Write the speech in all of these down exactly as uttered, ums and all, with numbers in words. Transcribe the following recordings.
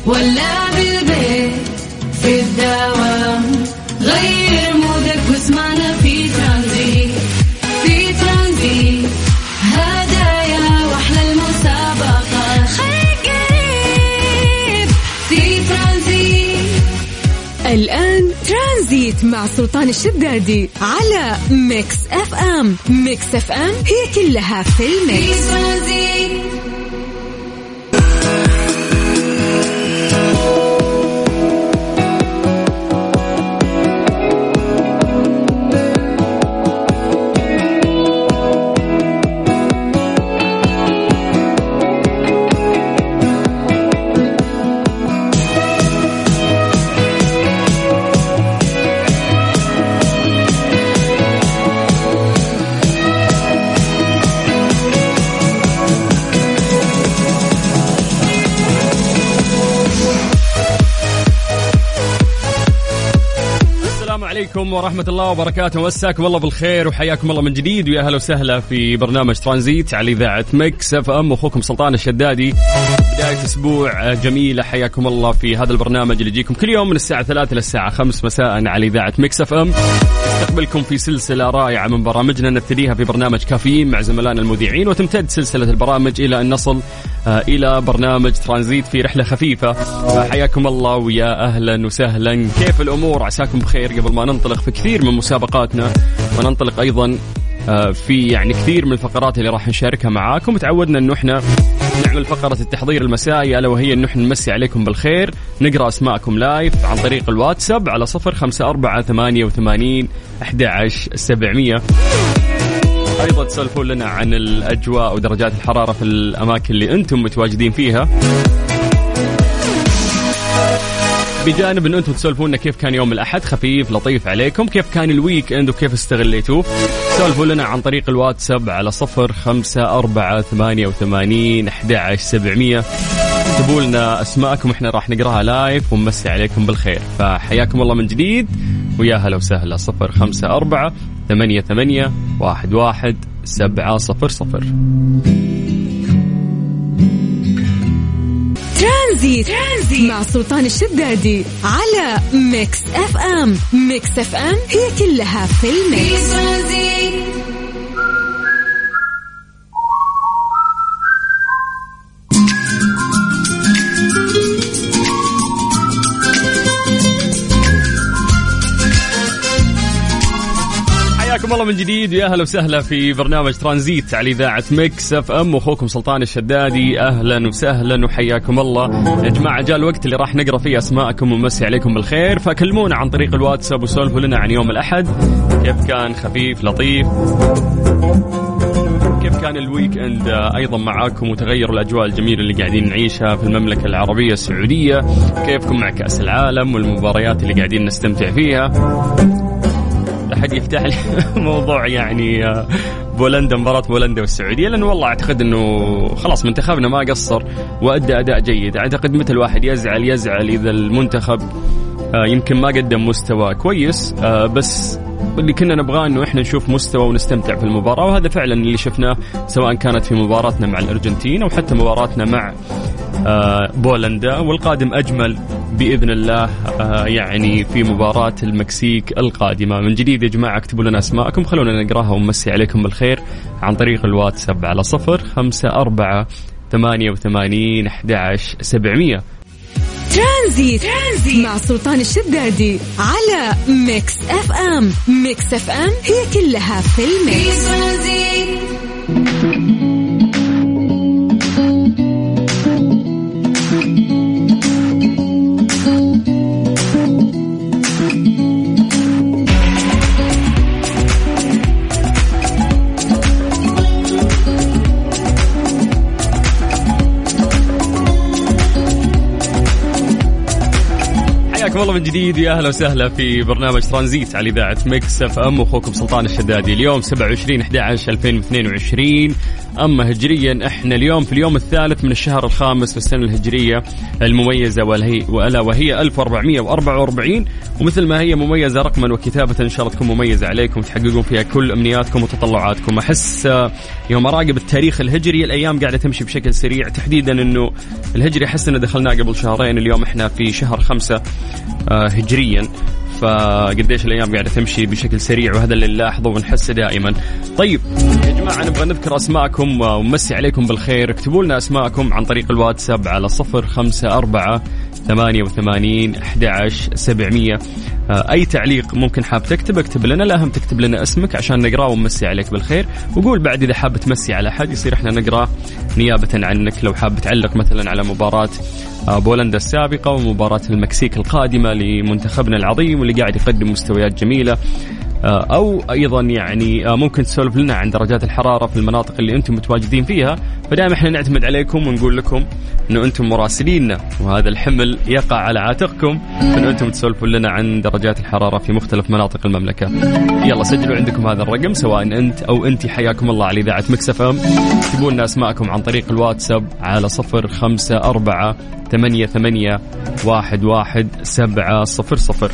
ولا بالبيت في الدوام، غير مودك واسمعنا في ترانزيت. في ترانزيت هدايا واحلى المسابقة، خليك قريب في ترانزيت. الآن ترانزيت مع سلطان الشدادي على ميكس اف ام. ميكس اف ام هي كلها في الميكس. في ترانزيت عليكم ورحمة الله وبركاته. مساكم الله بالخير وحياكم الله من جديد، ويا هلا وسهلا في برنامج ترانزيت على إذاعة ميكس اف ام. أخوكم سلطان الشدادي. بداية أسبوع جميلة، حياكم الله في هذا البرنامج اللي يجيكم كل يوم من الساعة ثلاثة للساعة خمس مساء على إذاعة ميكس اف ام. نستقبلكم في سلسلة رائعة من برامجنا نبتديها في برنامج كافيين مع زملائنا المذيعين، وتمتد سلسلة البرامج إلى أن نصل إلى برنامج ترانزيت في رحلة خفيفة. حياكم الله ويا أهلا وسهلا. كيف الأمور؟ عساكم بخير. قبل ما ننطلق في كثير من مسابقاتنا وننطلق أيضا في يعني كثير من الفقرات اللي راح نشاركها معاكم، تعودنا أنه إحنا نعمل فقرة التحضير المسائي، ألا وهي أنه إحنا نمسي عليكم بالخير، نقرأ أسماءكم لايف عن طريق الواتساب على صفر خمسة أربعة ثمانية وثمانين أحد عشر سبعمية. أيضا تسولفون لنا عن الأجواء ودرجات الحرارة في الأماكن اللي أنتم متواجدين فيها، بجانب أن أنتم تسولفون كيف كان يوم الأحد، خفيف لطيف عليكم، كيف كان الويك إند وكيف استغليتوه. سولفوا لنا عن طريق الواتساب على صفر خمسة أربعة ثمانية وثمانين أحد عشر سبعمية. اكتبوا لنا أسماءكم، إحنا راح نقراها لايف ونمسي عليكم بالخير. فحياكم الله من جديد ويا هلا وسهلا. صفر خمسة أربعة ثمانية ثمانية واحد واحد سبعة صفر صفر. ترانزيت. ترانزيت مع سلطان الشدادي على ميكس اف ام. ميكس اف ام هي كلها في الميكس. حياكم الله من جديد ويا اهلا وسهلا في برنامج ترانزيت على اذاعه ميكس اف ام. واخوكم سلطان الشدادي، اهلا وسهلا وحياكم الله. يا جماعه جاء الوقت اللي راح نقرا فيه اسماءكم ونمسي عليكم بالخير، فكلمونا عن طريق الواتساب وسولفوا لنا عن يوم الاحد، كيف كان خفيف لطيف، كيف كان الويك اند ايضا معاكم، وتغير الاجواء الجميله اللي قاعدين نعيشها في المملكه العربيه السعوديه، كيفكم مع كاس العالم والمباريات اللي قاعدين نستمتع فيها. أحد يفتح لي موضوع يعني بولندا، مباراة بولندا والسعودية، لأنه والله أعتقد أنه خلاص منتخبنا ما قصر وأدى أداء جيد. أعتقد مثل واحد يزعل يزعل إذا المنتخب يمكن ما قدم مستوى كويس، بس اللي كنا نبغاه أنه إحنا نشوف مستوى ونستمتع في المباراة، وهذا فعلا اللي شفناه سواء كانت في مباراتنا مع الأرجنتين أو حتى مباراتنا مع بولندا، والقادم أجمل بإذن الله يعني في مباراة المكسيك القادمة. من جديد يا جماعة اكتبوا لنا أسماءكم، خلونا نقراها ونمسي عليكم بالخير عن طريق الواتساب على صفر خمسة أربعة ثمانية وثمانين أحد عشر سبعمية. ترانزيت. ترانزيت مع سلطان الشدادي على ميكس اف ام. ميكس اف ام هي كلها في الميكس. حياكم الله من جديد يا أهلا وسهلا في برنامج ترانزيت على إذاعة ميكس اف ام. أخوكم سلطان الشدادي. اليوم سبعة وعشرين أحد عشر ألفين واثنين وعشرين، أما هجريا احنا اليوم في اليوم الثالث من الشهر الخامس في السنة الهجرية المميزة وألا وهي ألف وأربعمائة وأربعة وأربعين. ومثل ما هي مميزة رقما وكتابة إن شاء الله تكون مميزة عليكم تحققون فيها كل أمنياتكم وتطلعاتكم. أحس يوم أراقب التاريخ الهجري الأيام قاعدة تمشي بشكل سريع، تحديدا إنه الهجري أحس إنه دخلناه قبل شهرين، اليوم احنا في شهر خمسة هجريا، فقديش الأيام قاعدة تمشي بشكل سريع، وهذا اللي نلاحظه ونحسه دائما. طيب يا جماعة نبغى نذكر أسماءكم ونمسي عليكم بالخير. اكتبوا لنا أسماءكم عن طريق الواتساب على صفر خمسة أربعة ثمانية وثمانين أحد عشر سبعمية. أي تعليق ممكن حاب تكتب اكتب لنا، لا هم تكتب لنا اسمك عشان نقرأه ونمسي عليك بالخير. وقول بعد إذا حاب تمسي على أحد يصير احنا نقرأ نيابة عنك. لو حاب تعلق مثلا على مباراة بولندا السابقة ومباراة المكسيك القادمة لمنتخبنا العظيم واللي قاعد يقدم مستويات جميلة، أو أيضا يعني ممكن تسولف لنا عن درجات الحرارة في المناطق اللي أنتم متواجدين فيها. فدائما إحنا نعتمد عليكم ونقول لكم إنه أنتم مراسليننا وهذا الحمل يقع على عاتقكم، إنه أنتم تسولفوا لنا عن درجات الحرارة في مختلف مناطق المملكة. يلا سجلوا عندكم هذا الرقم سواء أنت أو أنت، حياكم الله على إذاعة ميكس اف ام. اكتبوا لنا أسماءكم عن طريق الواتساب على صفر خمسة أربعة ثمانية ثمانية واحد واحد سبعة صفر صفر.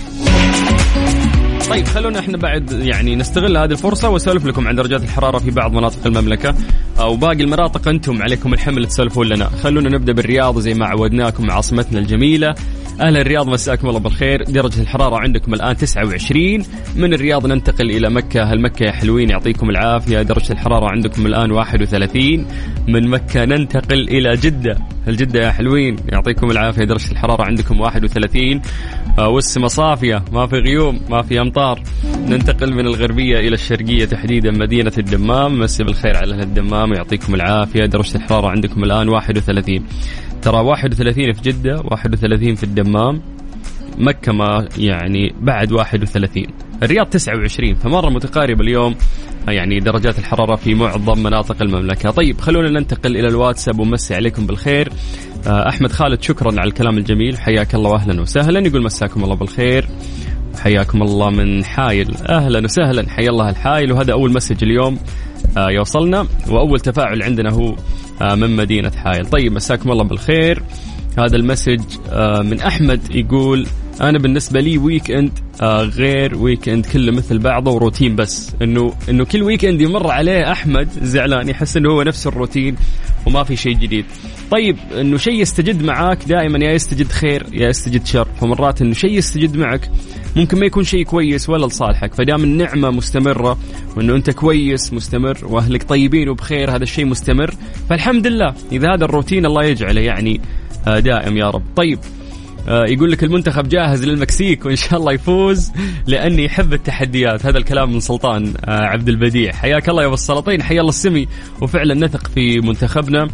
طيب خلونا احنا بعد يعني نستغل هذه الفرصة واسولف لكم عن درجات الحرارة في بعض مناطق المملكة، وباقي المناطق انتم عليكم الحمل تسولفون لنا. خلونا نبدأ بالرياض زي ما عودناكم مع عاصمتنا الجميلة. أهلا الرياض، مساكم الله بالخير. درجة الحرارة عندكم الآن تسعة وعشرين. من الرياض ننتقل إلى مكة. هل مكة يا حلوين يعطيكم العافية، درجة الحرارة عندكم الآن واحد وثلاثين. من مكة ننتقل إلى جدة. هل جدة يا حلوين يعطيكم العافية، درجة الحرارة عندكم واحد وثلاثين. آه والسماء صافية، ما في غيوم ما في أمطار. ننتقل من الغربية إلى الشرقية تحديدا مدينة الدمام. مسي بالخير على الدمام ويعطيكم العافية، درجة الحرارة عندكم الآن واحد وثلاثين. ترى واحد وثلاثين في جدة، واحد وثلاثين في الدمام. مكة ما يعني بعد واحد وثلاثين. الرياض تسعة وعشرين، فمرة متقاربة اليوم يعني درجات الحرارة في معظم مناطق المملكة. طيب خلونا ننتقل إلى الواتساب ومسي عليكم بالخير. أحمد خالد شكرا على الكلام الجميل، حياك الله وأهلا وسهلا. يقول مساكم الله بالخير وحياكم الله من حايل. أهلا وسهلا، حيا الله الحايل. وهذا أول مسج اليوم يوصلنا وأول تفاعل عندنا هو من مدينة حايل. طيب مساكم الله بالخير. هذا المسج من أحمد يقول أنا بالنسبة لي ويك إند غير ويك إند كله مثل بعضه وروتين، بس إنه إنه كل ويك إند يمر عليه أحمد زعلان، يحس إنه هو نفس الروتين وما في شيء جديد. طيب إنه شيء يستجد معاك دائما يا يستجد خير يا يستجد شر، فمرات إنه شيء يستجد معك ممكن ما يكون شيء كويس ولا لصالحك، فدام النعمة مستمرة وإنه أنت كويس مستمر وأهلك طيبين وبخير هذا الشيء مستمر، فالحمد لله. إذا هذا الروتين الله يجعله يعني دائم يا رب. طيب يقول لك المنتخب جاهز للمكسيك وإن شاء الله يفوز لأني يحب التحديات. هذا الكلام من سلطان عبد البديع. حياك الله يا أبو السلاطين، حيا الله السمي. وفعلا نثق في منتخبنا،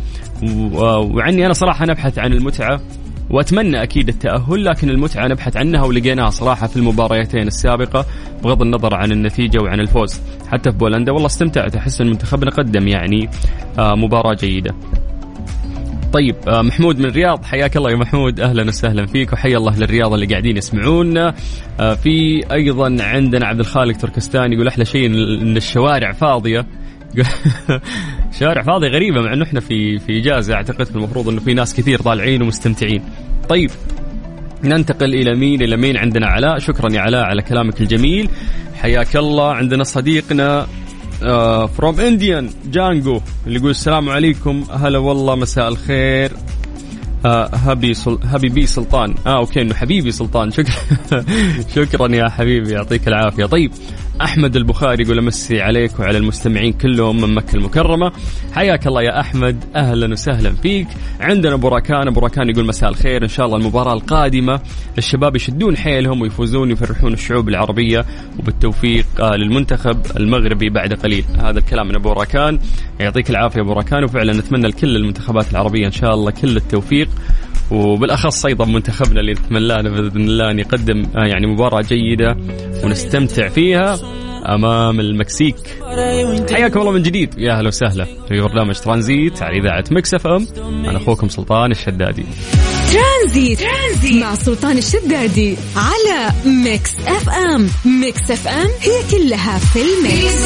وعني أنا صراحة نبحث عن المتعة وأتمنى أكيد التأهل، لكن المتعة نبحث عنها ولقيناها صراحة في المباريتين السابقة بغض النظر عن النتيجة وعن الفوز. حتى في بولندا والله استمتعت، أحس أن منتخبنا قدم يعني مباراة جيدة. طيب محمود من الرياض، حياك الله يا محمود، أهلا وسهلا فيك وحيا الله للرياض اللي قاعدين يسمعونا. في أيضا عندنا عبد الخالق تركستاني يقول أحلى شيء إن الشوارع فاضية. شوارع فاضية غريبة مع أنه إحنا في في إجازة، أعتقد المفروض أنه في ناس كثير طالعين ومستمتعين. طيب ننتقل إلى مين إلى مين عندنا علاء. شكرا يا علاء على كلامك الجميل، حياك الله. عندنا صديقنا فروم انديان جانجو اللي يقول السلام عليكم. هلا والله مساء الخير. آه هبي سل... هبيبي سلطان اه اوكي انه حبيبي سلطان. شكرا شكرا يا حبيبي يعطيك العافيه. طيب احمد البخاري يقول امسي عليك وعلى المستمعين كلهم من مكه المكرمه. حياك الله يا احمد، اهلا وسهلا فيك. عندنا ابو راكان ابو راكان يقول مساء الخير، ان شاء الله المباراه القادمه الشباب يشدون حيلهم ويفوزون ويفرحون الشعوب العربيه، وبالتوفيق آه للمنتخب المغربي بعد قليل. هذا الكلام من ابو راكان، يعطيك العافيه ابو راكان. وفعلا نتمنى لكل المنتخبات العربيه ان شاء الله كل التوفيق، وبالأخص أيضا منتخبنا اللي نتمنى بإذن الله أن يقدم يعني مباراة جيدة ونستمتع فيها أمام المكسيك. حياكم الله من جديد، يا أهلا وسهلا في برنامج ترانزيت على إذاعة ميكس اف ام. أنا أخوكم سلطان الشدادي. ترانزيت, ترانزيت مع سلطان الشدادي على ميكس اف ام. ميكس اف ام هي كلها في الميكس.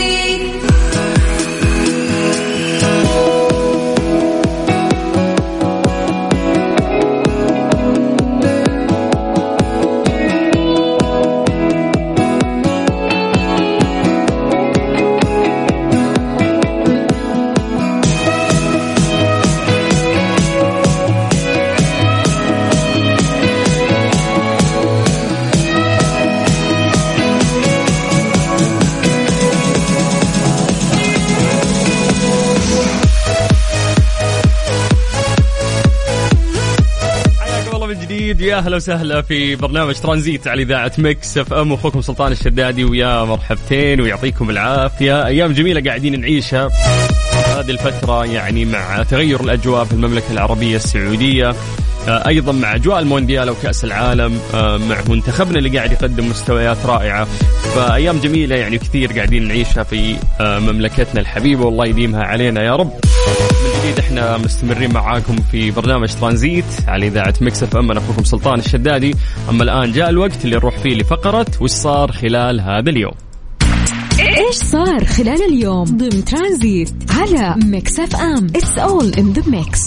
يا أهلا وسهلا في برنامج ترانزيت على إذاعة ميكس اف ام. أخوكم سلطان الشدادي ويا مرحبتين ويعطيكم العافية. أيام جميلة قاعدين نعيشها هذه الفترة، يعني مع تغير الأجواء في المملكة العربية السعودية، أيضا مع أجواء المونديال وكأس العالم، مع منتخبنا اللي قاعد يقدم مستويات رائعة. فأيام جميلة يعني كثير قاعدين نعيشها في مملكتنا الحبيبة، والله يديمها علينا يا رب. من جديد احنا مستمرين معاكم في برنامج ترانزيت على إذاعة ميكس اف ام. أنا أخوكم سلطان الشدادي. أما الآن جاء الوقت اللي نروح فيه لفقرة وش صار خلال هذا اليوم. ايش صار خلال اليوم ضمن ترانزيت على ميكس اف ام. It's all in the mix.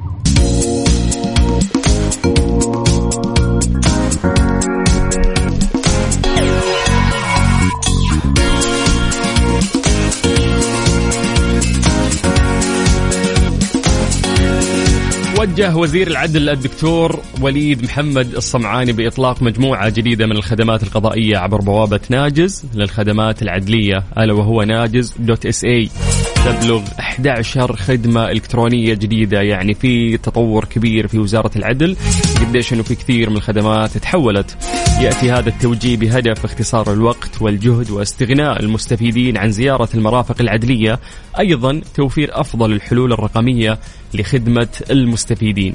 وجه وزير العدل الدكتور وليد محمد الصمعاني بإطلاق مجموعة جديدة من الخدمات القضائية عبر بوابة ناجز للخدمات العدلية، ألا وهو ناجز دوت اس اي. تبلغ إحدى عشرة خدمة إلكترونية جديدة. يعني في تطور كبير في وزارة العدل، قديش إنه في كثير من الخدمات تحولت. يأتي هذا التوجيه بهدف اختصار الوقت والجهد واستغناء المستفيدين عن زيارة المرافق العدلية، أيضا توفير أفضل الحلول الرقمية لخدمة المستفيدين.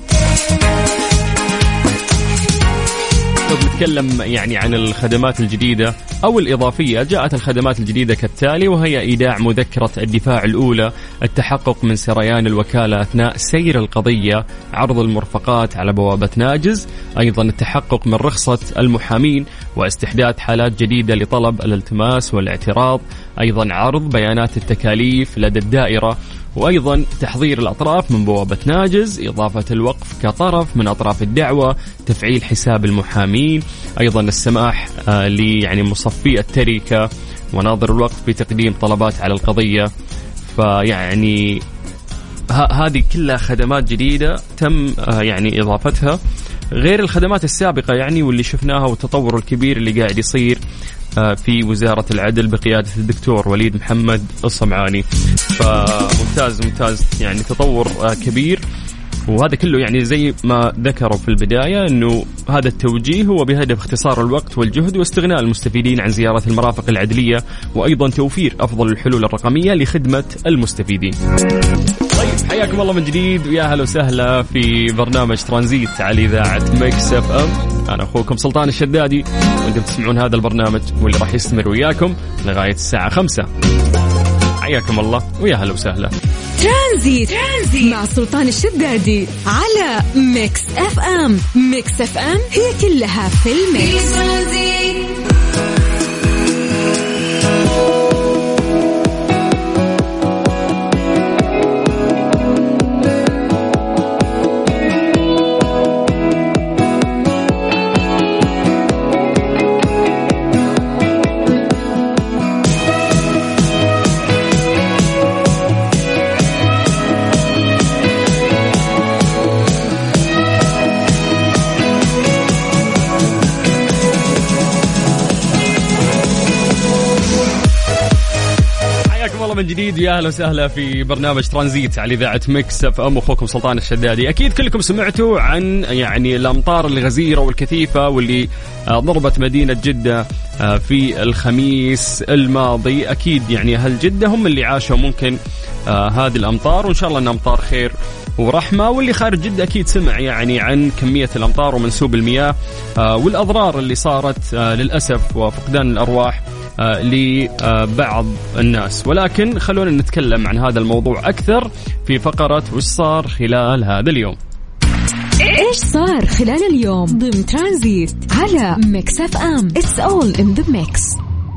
نتكلم يعني عن الخدمات الجديدة أو الإضافية. جاءت الخدمات الجديدة كالتالي، وهي إيداع مذكرة الدفاع الأولى، التحقق من سريان الوكالة أثناء سير القضية، عرض المرفقات على بوابة ناجز، أيضا التحقق من رخصة المحامين واستحداث حالات جديدة لطلب الالتماس والاعتراض، أيضا عرض بيانات التكاليف لدى الدائرة، وأيضا تحضير الأطراف من بوابة ناجز، إضافة الوقف كطرف من أطراف الدعوة، تفعيل حساب المحامين، أيضا السماح آه لي يعني مصفي التركة وناظر الوقف بتقديم طلبات على القضية. فيعني هذه كلها خدمات جديدة تم آه يعني إضافتها، غير الخدمات السابقة يعني واللي شفناها والتطور الكبير اللي قاعد يصير في وزارة العدل بقيادة الدكتور وليد محمد الصمعاني. فممتاز ممتاز يعني تطور كبير. وهذا كله يعني زي ما ذكروا في البداية أنه هذا التوجيه هو بهدف اختصار الوقت والجهد واستغناء المستفيدين عن زيارة المرافق العدلية، وأيضا توفير أفضل الحلول الرقمية لخدمة المستفيدين. طيب حياكم الله من جديد ويا هلا وسهلا في برنامج ترانزيت على إذاعة ميكس اف ام. أنا أخوكم سلطان الشدادي وأنتم تسمعون هذا البرنامج واللي راح يستمر وياكم لغاية الساعة خمسة. حياكم الله ويا هلا وسهلا. ترانزيت, ترانزيت مع سلطان الشدادي على ميكس اف ام. ميكس اف ام هي كلها في الميكس. من جديد يا اهلا وسهلا في برنامج ترانزيت على اذاعه ميكس اف ام. اخوكم سلطان الشدادي. اكيد كلكم سمعتوا عن يعني الامطار الغزيره والكثيفه واللي ضربت مدينه جده في الخميس الماضي. اكيد يعني اهل جده هم اللي عاشوا ممكن هذه الامطار، وان شاء الله انها امطار خير ورحمه. واللي خارج جده اكيد سمع يعني عن كميه الامطار ومنسوب المياه والاضرار اللي صارت للاسف وفقدان الارواح لبعض الناس. ولكن خلونا نتكلم عن هذا الموضوع أكثر في فقرة وش صار خلال هذا اليوم. إيش صار خلال اليوم ضمن ترانزيت على ميكس اف ام. It's all in the mix.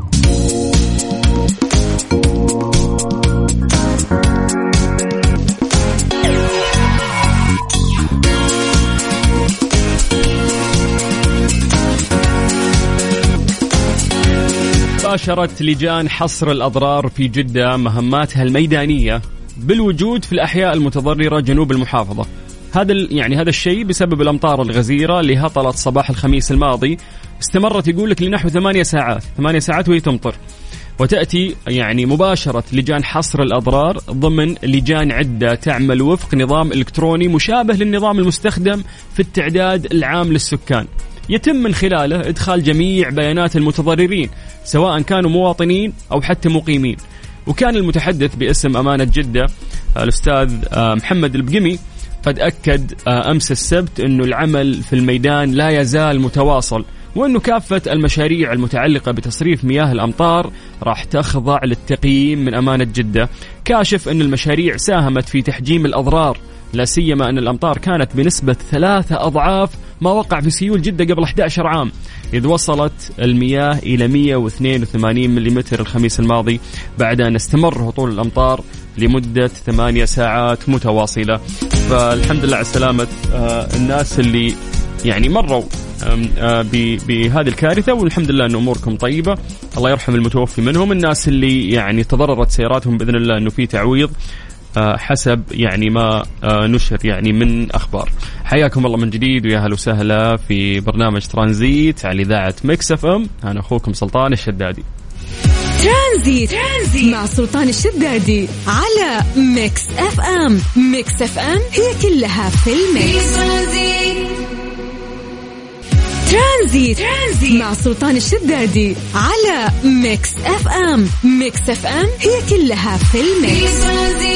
باشرت لجان حصر الأضرار في جدة مهماتها الميدانية بالوجود في الأحياء المتضررة جنوب المحافظة. هذا يعني هذا الشيء بسبب الأمطار الغزيرة اللي هطلت صباح الخميس الماضي، استمرت يقول لك لنحو ثمانية ساعات ثمانية ساعات وهي تمطر. وتأتي يعني مباشرة لجان حصر الأضرار ضمن لجان عدة تعمل وفق نظام إلكتروني مشابه للنظام المستخدم في التعداد العام للسكان، يتم من خلاله إدخال جميع بيانات المتضررين سواء كانوا مواطنين أو حتى مقيمين. وكان المتحدث باسم أمانة جدة الأستاذ محمد البقمي قد أكد أمس السبت أنه العمل في الميدان لا يزال متواصل، وأنه كافة المشاريع المتعلقة بتصريف مياه الأمطار راح تخضع للتقييم من أمانة جدة، كاشف أن المشاريع ساهمت في تحجيم الأضرار، لا سيما أن الأمطار كانت بنسبة ثلاثة أضعاف ما وقع في سيول جدة قبل أحد عشر عام، إذ وصلت المياه إلى مئة واثنين وثمانين ملم الخميس الماضي بعد أن استمر هطول الأمطار لمدة ثمانية ساعات متواصلة. فالحمد لله على سلامة الناس اللي يعني مروا بهذه الكارثة، والحمد لله أن أموركم طيبة، الله يرحم المتوفي منهم. الناس اللي يعني تضررت سياراتهم بإذن الله أنه في تعويض حسب يعني ما نشر يعني من أخبار. حياكم الله من جديد ويا هلا وسهلا في برنامج ترانزيت على إذاعة ميكس اف ام. أنا أخوكم سلطان الشدادي. ترانزيت, ترانزيت مع سلطان الشدادي على ميكس اف ام. ميكس اف ام هي كلها في الميكس. ترانزيت, ترانزيت مع سلطان الشدادي على ميكس اف ام. ميكس اف ام هي كلها في الميكس.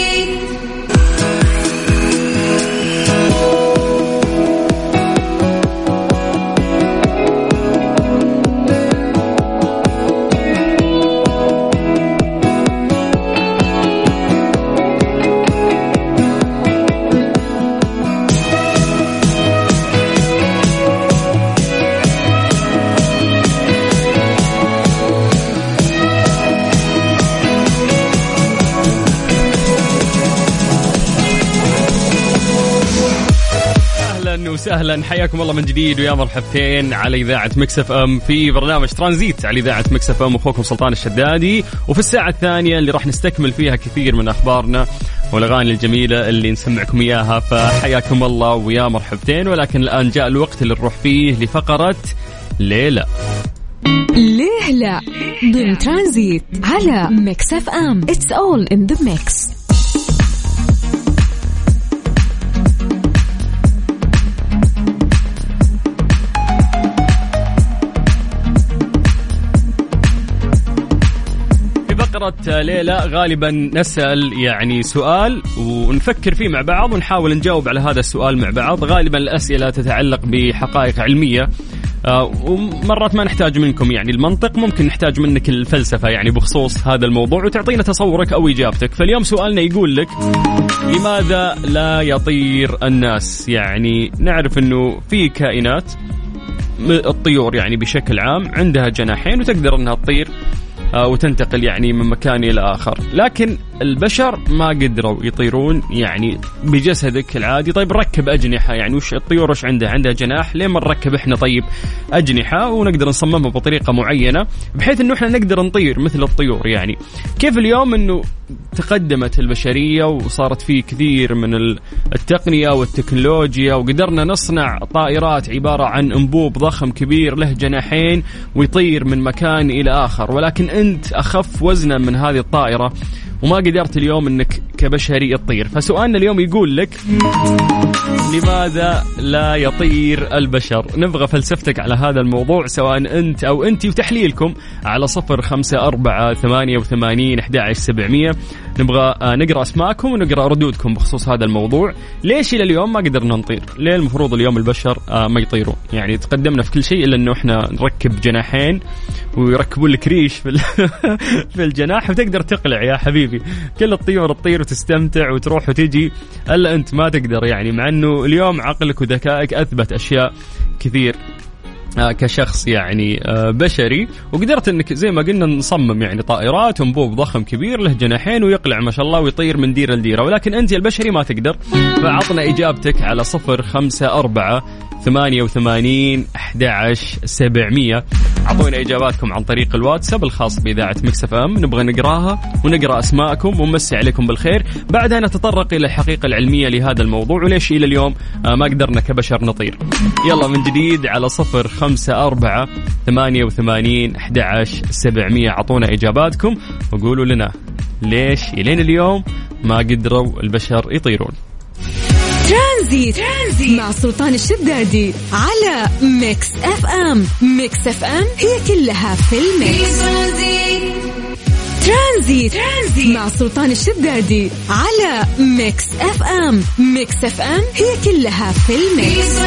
وسهلا، حياكم الله من جديد ويا مرحبتين على إذاعة ميكس اف ام في برنامج ترانزيت على إذاعة ميكس اف ام. أخوكم سلطان الشدادي، وفي الساعة الثانية اللي راح نستكمل فيها كثير من أخبارنا والأغاني الجميلة اللي نسمعكم إياها، فحياكم الله ويا مرحبتين. ولكن الآن جاء الوقت اللي نروح فيه لفقرة ليلى ليه لا ضمن ترانزيت على ميكس اف ام. It's all in the mix. ليلى غالبا نسأل يعني سؤال ونفكر فيه مع بعض ونحاول نجاوب على هذا السؤال مع بعض. غالبا الأسئلة تتعلق بحقائق علمية، ومرات ما نحتاج منكم يعني المنطق، ممكن نحتاج منك الفلسفة يعني بخصوص هذا الموضوع وتعطينا تصورك أو إجابتك. فاليوم سؤالنا يقول لك لماذا لا يطير الناس؟ يعني نعرف أنه في كائنات الطيور يعني بشكل عام عندها جناحين وتقدر أنها تطير وتنتقل يعني من مكان إلى آخر، لكن البشر ما قدروا يطيرون يعني بجسدك العادي. طيب ركب أجنحة، يعني وش الطيور وش عندها؟ عندها جناح، ليه ما نركب إحنا طيب أجنحة ونقدر نصممها بطريقة معينة بحيث إنه إحنا نقدر نطير مثل الطيور؟ يعني كيف اليوم إنه تقدمت البشرية وصارت فيه كثير من التقنية والتكنولوجيا وقدرنا نصنع طائرات عبارة عن أنبوب ضخم كبير له جناحين ويطير من مكان إلى آخر، ولكن أنت أخف وزنا من هذه الطائرة وما قدرت اليوم أنك كبشري تطير. فسؤالنا اليوم يقول لك لماذا لا يطير البشر؟ نبغى فلسفتك على هذا الموضوع سواء أنت أو أنت، وتحليلكم على صفر خمسة أربعة ثمانية وثمانين أحد عشر سبعمية. نبغى نقرأ أسماءكم ونقرأ ردودكم بخصوص هذا الموضوع. ليش إلى اليوم ما قدرنا نطير؟ ليه المفروض اليوم البشر ما يطيرون؟ يعني تقدمنا في كل شيء إلا أنه إحنا نركب جناحين ويركبوا لك ريش في في الجناح وتقدر تقلع يا حبيبي. حبيبي، كل الطيور تطير وتستمتع وتروح وتجي، الا انت ما تقدر يعني، مع انه اليوم عقلك وذكائك اثبت اشياء كثير كشخص يعني بشري، وقدرت انك زي ما قلنا نصمم يعني طائرات وانبوب ضخم كبير له جناحين ويقلع ما شاء الله ويطير من ديره لديره، ولكن انت البشري ما تقدر. فعطنا اجابتك على صفر خمسة أربعة ثمانية وثمانين أحد عشر سبعمية. أعطونا إجاباتكم عن طريق الواتساب الخاص بإذاعة ميكس اف ام، نبغى نقراها ونقرأ أسماءكم ونمسي عليكم بالخير. بعدها نتطرق إلى الحقيقة العلمية لهذا الموضوع وليش إلى اليوم ما قدرنا كبشر نطير. يلا من جديد على صفر خمسة أربعة ثمانية وثمانين أحد عشر سبعمية. أعطونا إجاباتكم وقولوا لنا ليش إلين اليوم ما قدروا البشر يطيرون. ترانزيت. ترانزيت مع سلطان الشدادي على ميكس اف ام. ميكس اف ام هي كلها في الميكس. ترانزيت. ترانزيت مع سلطان الشدادي على ميكس اف ام. ميكس اف ام هي كلها في الميكس.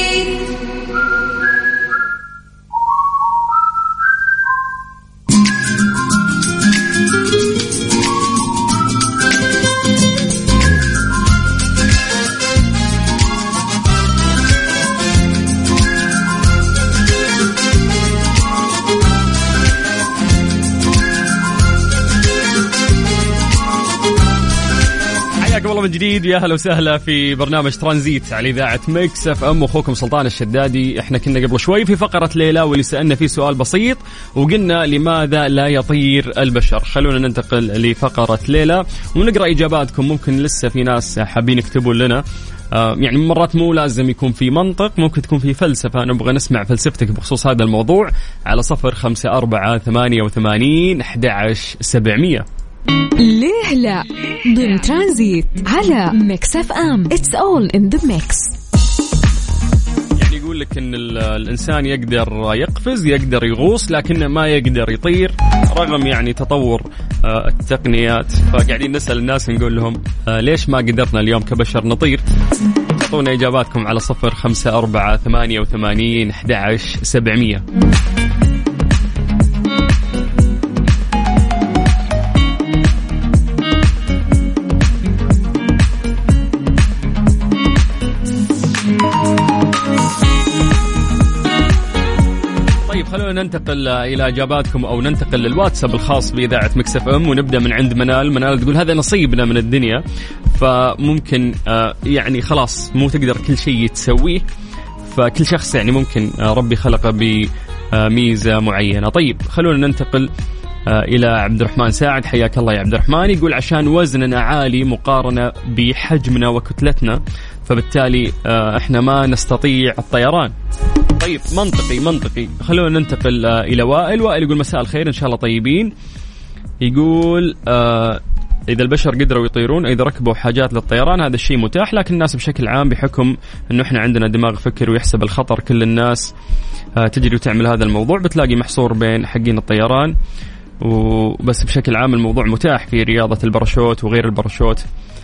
والله من جديد يا هلا وسهلا في برنامج ترانزيت على إذاعة ميكس اف ام، أخوكم سلطان الشدادي. احنا كنا قبل شوي في فقرة ليلى واللي سألنا فيه سؤال بسيط وقلنا لماذا لا يطير البشر. خلونا ننتقل لفقرة ليلى ونقرأ إجاباتكم. ممكن لسه في ناس حابين يكتبون لنا، آه يعني مرات مو لازم يكون في منطق، ممكن تكون في فلسفة. نبغى نسمع فلسفتك بخصوص هذا الموضوع على صفر خمسة أربعة ثمانية وثمانين أحد عشر سبعمية. ليه لا ضمن ترانزيت على ميكس اف ام. It's all in the mix. يعني يقول لك ان الانسان يقدر يقفز، يقدر يغوص، لكنه ما يقدر يطير رغم يعني تطور التقنيات. فقاعدين نسأل الناس نقول لهم ليش ما قدرنا اليوم كبشر نطير؟ اعطونا اجاباتكم على صفر خمسة أربعة ثمانية وثمانين أحد عشر سبعمية. خلونا ننتقل إلى إجاباتكم أو ننتقل للواتساب الخاص بإذاعة ميكس اف ام، ونبدأ من عند منال. منال تقول هذا نصيبنا من الدنيا، فممكن يعني خلاص مو تقدر كل شيء تسويه، فكل شخص يعني ممكن ربي خلقه بميزة معينة. طيب خلونا ننتقل إلى عبد الرحمن ساعد. حياك الله يا عبد الرحمن. يقول عشان وزننا عالي مقارنة بحجمنا وكتلتنا، فبالتالي احنا ما نستطيع الطيران. طيب منطقي منطقي. خلونا ننتقل إلى وائل. وائل يقول مساء الخير، إن شاء الله طيبين. يقول آه إذا البشر قدروا يطيرون، إذا ركبوا حاجات للطيران، هذا الشيء متاح، لكن الناس بشكل عام بحكم أنه إحنا عندنا دماغ فكر ويحسب الخطر، كل الناس آه تجري وتعمل هذا الموضوع، بتلاقي محصور بين حقين الطيران وبس. بشكل عام الموضوع متاح في رياضة الباراشوت وغير الباراشوت.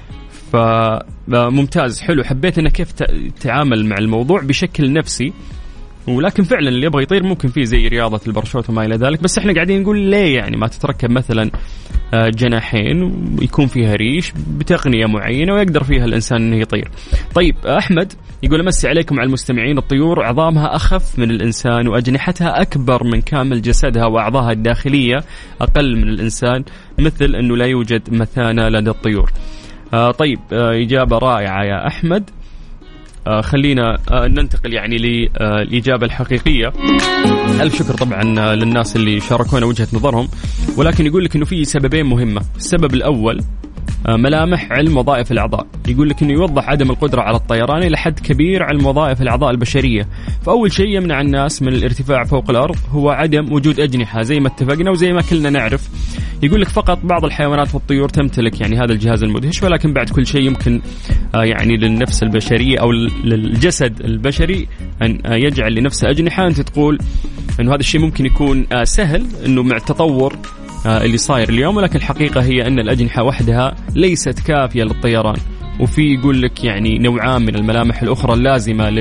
فممتاز، حلو. حبيت أنه كيف تعامل مع الموضوع بشكل نفسي، ولكن فعلا اللي يبغى يطير ممكن فيه زي رياضة الباراشوت وما إلى ذلك. بس احنا قاعدين نقول ليه يعني ما تتركب مثلا جناحين ويكون فيها ريش بتقنية معينة ويقدر فيها الإنسان أنه يطير. طيب أحمد يقول أمسي عليكم على المستمعين. الطيور عظامها أخف من الإنسان وأجنحتها أكبر من كامل جسدها، وأعضاءها الداخلية أقل من الإنسان، مثل أنه لا يوجد مثانة لدى الطيور. آه طيب آه إجابة رائعة يا أحمد. آه خلينا آه ننتقل يعني للإجابة الحقيقية. ألف شكر طبعا للناس اللي شاركونا وجهة نظرهم، ولكن يقول لك إنه في سببين مهمة. السبب الأول آه ملامح علم وظائف الأعضاء. يقول لك إنه يوضح عدم القدرة على الطيران إلى حد كبير علم وظائف الأعضاء البشرية. فأول شيء يمنع الناس من الارتفاع فوق الأرض هو عدم وجود أجنحة، زي ما اتفقنا وزي ما كلنا نعرف. يقول لك فقط بعض الحيوانات والطيور تمتلك يعني هذا الجهاز المدهش، ولكن بعد كل شيء يمكن آه يعني للنفس البشرية أو للجسد البشري أن آه يجعل لنفسه أجنحة. أنت تقول إنه هذا الشيء ممكن يكون آه سهل إنه مع التطور آه اللي صاير اليوم، ولكن الحقيقة هي أن الأجنحة وحدها ليست كافية للطيران. وفي يقول لك يعني نوعان من الملامح الأخرى اللازمة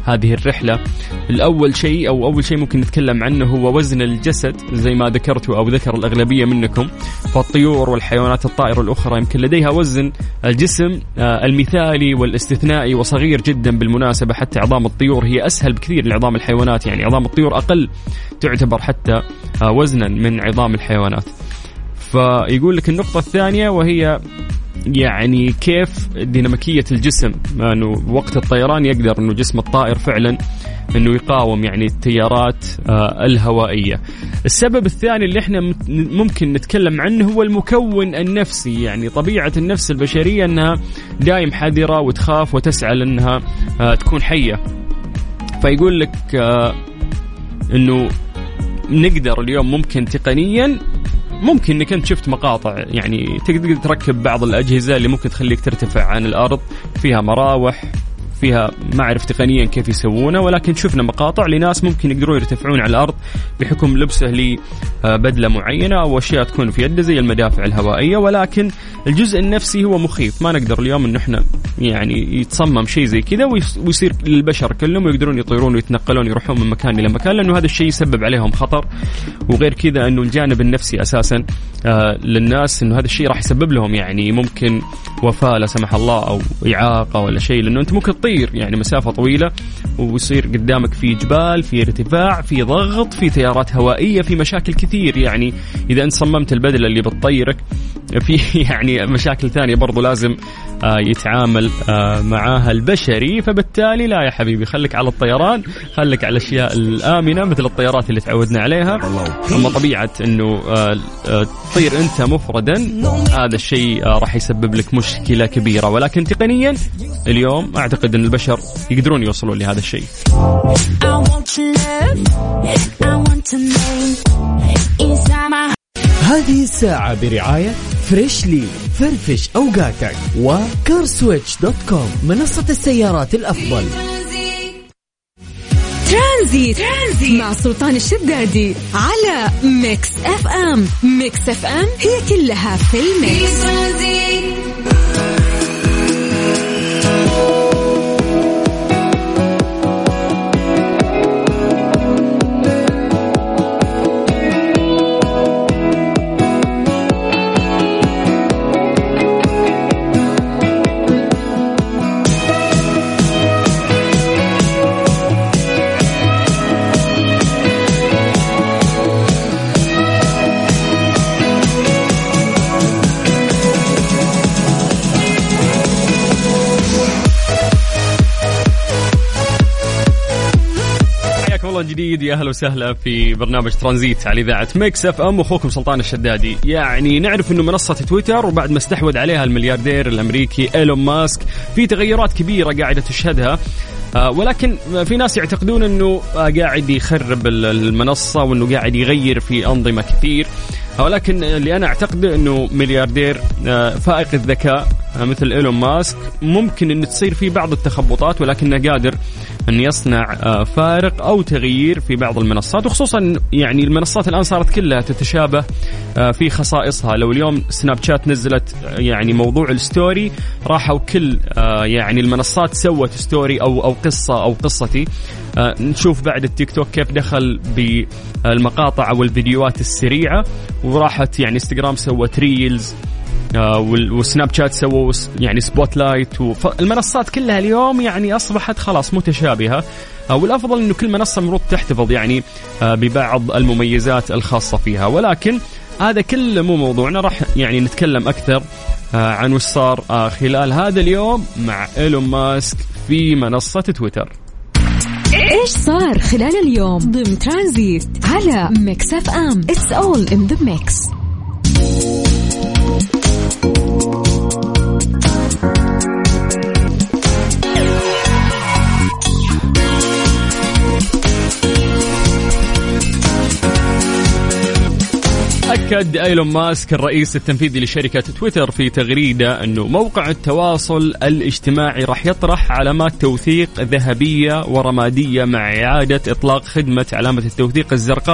هذه الرحلة. الأول شيء أو أول شيء ممكن نتكلم عنه هو وزن الجسد، زي ما ذكرته أو ذكر الأغلبية منكم. فالطيور والحيوانات الطائرة الأخرى يمكن لديها وزن الجسم المثالي والاستثنائي وصغير جدا بالمناسبة. حتى عظام الطيور هي أسهل بكثير لعظام الحيوانات، يعني عظام الطيور أقل تعتبر حتى وزنا من عظام الحيوانات. فيقول لك النقطة الثانية وهي يعني كيف ديناميكية الجسم، أنه وقت الطيران يقدر أنه جسم الطائر فعلا أنه يقاوم يعني التيارات الهوائية. السبب الثاني اللي احنا ممكن نتكلم عنه هو المكون النفسي، يعني طبيعة النفس البشرية أنها دائم حذرة وتخاف وتسعى لأنها تكون حية. فيقول لك أنه نقدر اليوم ممكن تقنيا ممكن انك انت شفت مقاطع، يعني تقدر تركب بعض الأجهزة اللي ممكن تخليك ترتفع عن الأرض، فيها مراوح، فيها ما أعرف تقنيا كيف يسوونه، ولكن شفنا مقاطع لناس ممكن يقدرون يرتفعون على الأرض بحكم لبسه لبدلة معينة أو أشياء تكون في يده زي المدافع الهوائية. ولكن الجزء النفسي هو مخيف، ما نقدر اليوم إن إحنا يعني يتصمم شيء زي كذا ويصير للبشر كلهم ويقدرون يطيرون ويتنقلون يروحون من مكان إلى مكان، لأنه هذا الشيء يسبب عليهم خطر. وغير كذا أنه الجانب النفسي أساسا آه للناس أنه هذا الشيء راح يسبب لهم يعني ممكن وفاة لا سمح الله أو إعاقة ولا شيء، لأنه أنت ممكن تطير يعني مسافة طويلة ويصير قدامك في جبال، في ارتفاع، في ضغط، في تيارات هوائية، في مشاكل كثير. يعني إذا أنت صممت البدلة اللي بتطيرك في يعني مشاكل ثانية برضو لازم آه يتعامل آه معاها البشري. فبالتالي لا يا حبيبي، خليك على الطيران، خليك على الأشياء الآمنة مثل الطيارات اللي تعودنا عليها. أما طبيعة أنه آه آه تطير أنت مفردا هذا الشيء آه راح يسبب لك مشكلة كبيرة. ولكن تقنيا اليوم أعتقد أن البشر يقدرون يوصلوا لهذا الشيء. هذه الساعة برعاية فريشلي، فرفش أوقاتك، وكارسويتش دوت كوم منصة السيارات الأفضل. ترانزيت. ترانزيت مع سلطان الشدادي على ميكس اف ام. ميكس اف ام هي كلها في الميكس. جديد يا أهلا وسهلا في برنامج ترانزيت على إذاعة ميكس اف ام، أخوكم سلطان الشدادي. يعني نعرف أنه منصة تويتر وبعد ما استحوذ عليها الملياردير الأمريكي إيلون ماسك في تغيرات كبيرة قاعدة تشهدها، آه ولكن في ناس يعتقدون أنه آه قاعد يخرب المنصة وأنه قاعد يغير في أنظمة كثير. ولكن اللي أنا أعتقد أنه ملياردير آه فائق الذكاء آه مثل إيلون ماسك ممكن أن تصير فيه بعض التخبطات، ولكنه قادر أن يصنع آه فارق أو تغيير في بعض المنصات. وخصوصا يعني المنصات الآن صارت كلها تتشابه آه في خصائصها. لو اليوم سناب شات نزلت يعني موضوع الستوري، راحوا كل آه يعني المنصات سوت ستوري أو أو قصة أو قصتي. آه نشوف بعد التيك توك كيف دخل بالمقاطع أو الفيديوهات السريعة، وراحت يعني انستغرام سوت ريلز، آه والسناب شات سووا يعني سبوت لايت. المنصات كلها اليوم يعني أصبحت خلاص متشابهة، آه والأفضل إنه كل منصة مفروض تحتفظ يعني آه ببعض المميزات الخاصة فيها. ولكن هذا كله مو موضوعنا، راح يعني نتكلم أكثر آه عن وش صار آه خلال هذا اليوم مع إيلون ماسك في منصة تويتر. إيش صار خلال اليوم ضمن ترانزيت على ميكس اف ام. It's all in the mix. أكد إيلون ماسك الرئيس التنفيذي لشركة تويتر في تغريدة أنه موقع التواصل الاجتماعي راح يطرح علامات توثيق ذهبية ورمادية مع إعادة إطلاق خدمة علامة التوثيق الزرقاء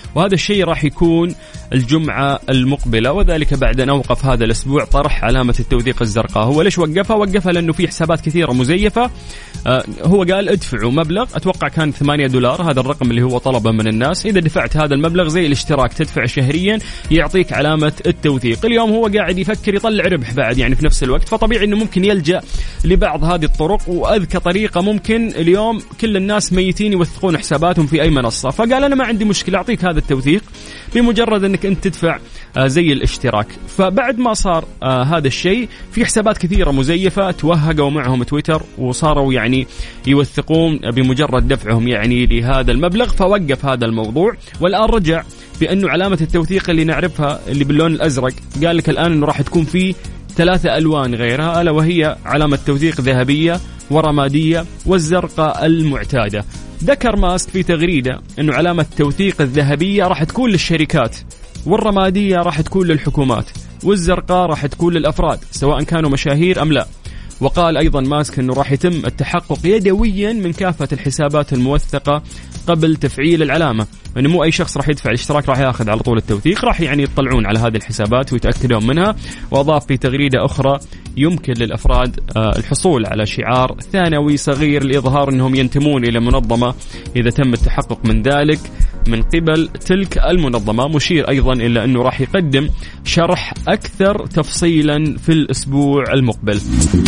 وهذا الشيء راح يكون الجمعة المقبلة، وذلك بعد أن أوقف هذا الأسبوع طرح علامة التوثيق الزرقاء. هو ليش وقفها؟ وقفها لأنه في حسابات كثيرة مزيفة. آه هو قال ادفعوا مبلغ، أتوقع كان ثمانية دولار، هذا الرقم اللي هو طلبه من الناس. إذا دفعت هذا المبلغ زي الاشتراك تدفع شهريا يعطيك علامة التوثيق. اليوم هو قاعد يفكر يطلع ربح بعد يعني في نفس الوقت، فطبيعي أنه ممكن يلجأ لبعض هذه الطرق. وأذكى طريقة ممكن اليوم كل الناس ميتين يوثقون حساباتهم في أي منصة، فقال أنا ما عندي مشكلة أعطيك هذا التوثيق بمجرد أنك أنت تدفع آه زي الاشتراك. فبعد ما صار آه هذا الشيء، في حسابات كثيرة مزيفة توهقوا معهم تويتر وصاروا يعني يوثقون بمجرد دفعهم يعني لهذا المبلغ، فوقف هذا الموضوع. والآن رجع بأنه علامة التوثيق اللي نعرفها اللي باللون الأزرق، قال لك الآن أنه راح تكون في ثلاثة ألوان غيرها، ألا وهي علامة توثيق ذهبية ورمادية والزرقاء المعتادة. ذكر ماسك في تغريدة أنه علامة التوثيق الذهبية راح تكون للشركات، والرمادية راح تكون للحكومات، والزرقاء راح تكون للأفراد سواء كانوا مشاهير أم لا. وقال أيضا ماسك أنه راح يتم التحقق يدويا من كافة الحسابات الموثقة قبل تفعيل العلامة، أنه مو أي شخص راح يدفع الاشتراك راح يأخذ على طول التوثيق، راح يعني يطلعون على هذه الحسابات ويتأكدون منها. وأضاف في تغريدة أخرى يمكن للأفراد الحصول على شعار ثانوي صغير لإظهار أنهم ينتمون إلى منظمة إذا تم التحقق من ذلك من قبل تلك المنظمة، مشير أيضا إلى أنه راح يقدم شرح أكثر تفصيلا في الأسبوع المقبل.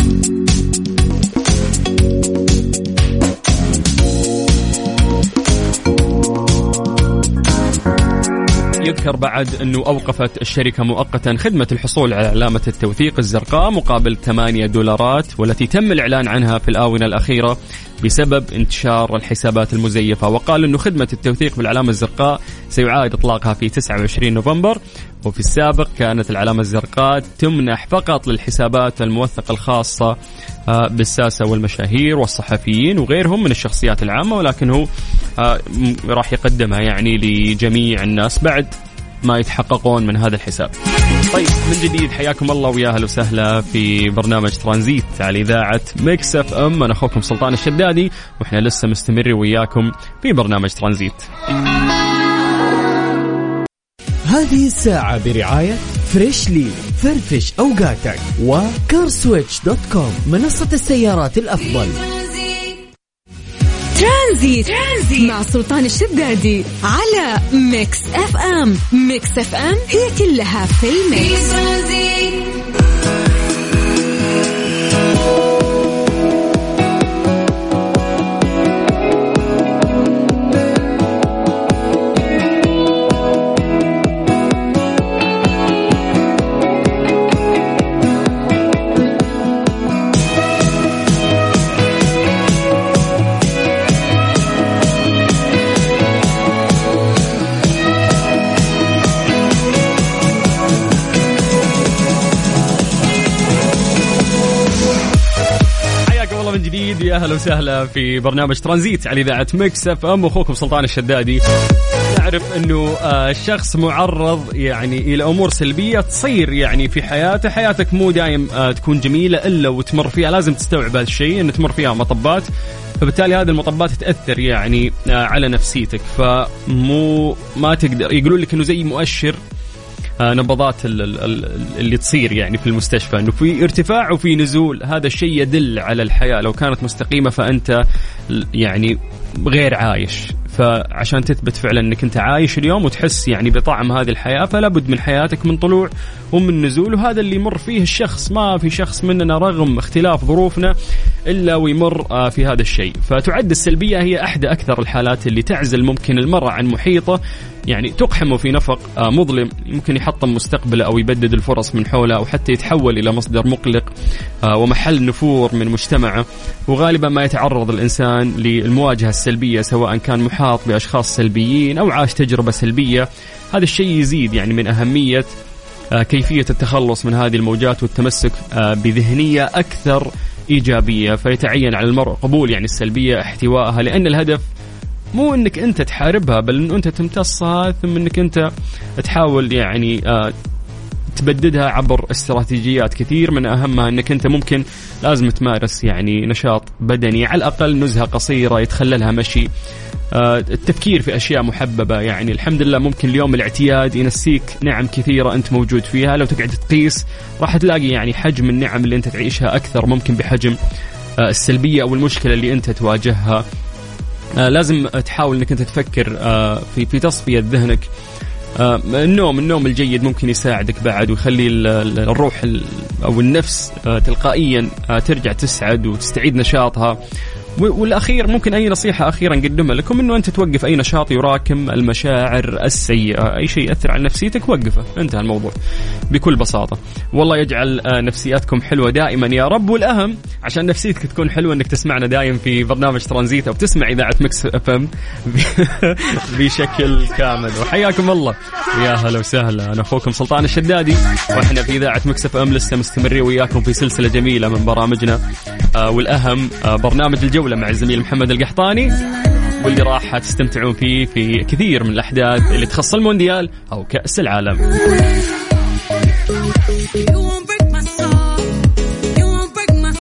يذكر بعد أنه أوقفت الشركة مؤقتا خدمة الحصول على علامة التوثيق الزرقاء مقابل ثمانية دولارات، والتي تم الإعلان عنها في الآونة الأخيرة بسبب انتشار الحسابات المزيفة. وقال أنه خدمة التوثيق بالعلامة الزرقاء سيعاد إطلاقها في تسعة وعشرين نوفمبر، وفي السابق كانت العلامة الزرقاء تمنح فقط للحسابات الموثقة الخاصة بالساسة والمشاهير والصحفيين وغيرهم من الشخصيات العامة، ولكن هو راح يقدمها يعني لجميع الناس بعد ما يتحققون من هذا الحساب. طيب من جديد حياكم الله ويا اهلا وسهلا في برنامج ترانزيت على إذاعة ميكس اف ام. أنا أخوكم سلطان الشدادي، وإحنا لسه مستمرين وياكم في برنامج ترانزيت. هذه الساعة برعاية فريشلي، فرفش أوقاتك، وكارسويتش دوت كوم منصة السيارات الأفضل. ترانزيت. ترانزيت مع سلطان الشدادي على ميكس اف ام. ميكس اف ام هي كلها في الميكس. يا أهلا وسهلا في برنامج ترانزيت على إذاعة ميكس اف ام، أخوكم سلطان الشدادي. نعرف أنه الشخص معرض يعني إلى أمور سلبية تصير يعني في حياته. حياتك مو دايم تكون جميلة إلا وتمر فيها، لازم تستوعب هذا الشيء أنه تمر فيها مطبات، فبالتالي هذه المطبات تأثر يعني على نفسيتك. فمو ما تقدر يقولون لك أنه زي مؤشر نبضات اللي تصير يعني في المستشفى، انه في ارتفاع وفي نزول، هذا الشيء يدل على الحياة. لو كانت مستقيمة فأنت يعني غير عايش، فعشان تثبت فعلا انك انت عايش اليوم وتحس يعني بطعم هذه الحياة، فلا بد من حياتك من طلوع ومن نزول. وهذا اللي يمر فيه الشخص، ما في شخص مننا رغم اختلاف ظروفنا إلا ويمر في هذا الشيء. فتعد السلبية هي أحد أكثر الحالات اللي تعزل ممكن المرء عن محيطه، يعني تقحمه في نفق مظلم، يمكن يحطم مستقبله أو يبدد الفرص من حوله، أو حتى يتحول إلى مصدر مقلق ومحل نفور من مجتمعه. وغالبا ما يتعرض الإنسان للمواجهة السلبية، سواء كان محاط بأشخاص سلبيين أو عاش تجربة سلبية. هذا الشيء يزيد يعني من أهمية كيفية التخلص من هذه الموجات والتمسك بذهنية أكثر إيجابية. فيتعين على المرء قبول يعني السلبية، احتوائها، لأن الهدف مو أنك أنت تحاربها، بل أنه أنت تمتصها، ثم أنك أنت تحاول يعني تبددها عبر استراتيجيات كثير. من أهمها أنك أنت ممكن لازم تمارس يعني نشاط بدني، على الأقل نزهة قصيرة يتخللها مشي، التفكير في أشياء محببة. يعني الحمد لله ممكن اليوم الاعتياد ينسيك نعم كثيرة أنت موجود فيها. لو تقعد تقيس راح تلاقي يعني حجم النعم اللي أنت تعيشها أكثر ممكن بحجم السلبية أو المشكلة اللي أنت تواجهها. لازم تحاول أنك أنت تفكر في في تصفية ذهنك. النوم النوم الجيد ممكن يساعدك بعد ويخلي الروح أو النفس تلقائيا ترجع تسعد وتستعيد نشاطها. والأخير ممكن أي نصيحة أخيرا نقدمها لكم إنه أنت توقف أي نشاط يراكم المشاعر السيئة. أي شيء يأثر على نفسيتك وقفه، انتهى الموضوع بكل بساطة. والله يجعل نفسياتكم حلوة دائما يا رب. والأهم عشان نفسيتك تكون حلوة إنك تسمعنا دائم في برنامج ترانزيت أو تسمع إذاعة ميكس اف ام بشكل كامل. وحياكم الله يا هلا وسهلا. أنا أخوكم سلطان الشدادي وإحنا في إذاعة ميكس اف ام لسه مستمرين وياكم في سلسلة جميلة من برامجنا. آه والأهم آه برنامج الجو مع الزميل محمد القحطاني، واللي راح تستمتعون فيه في كثير من الأحداث اللي تخص المونديال أو كأس العالم.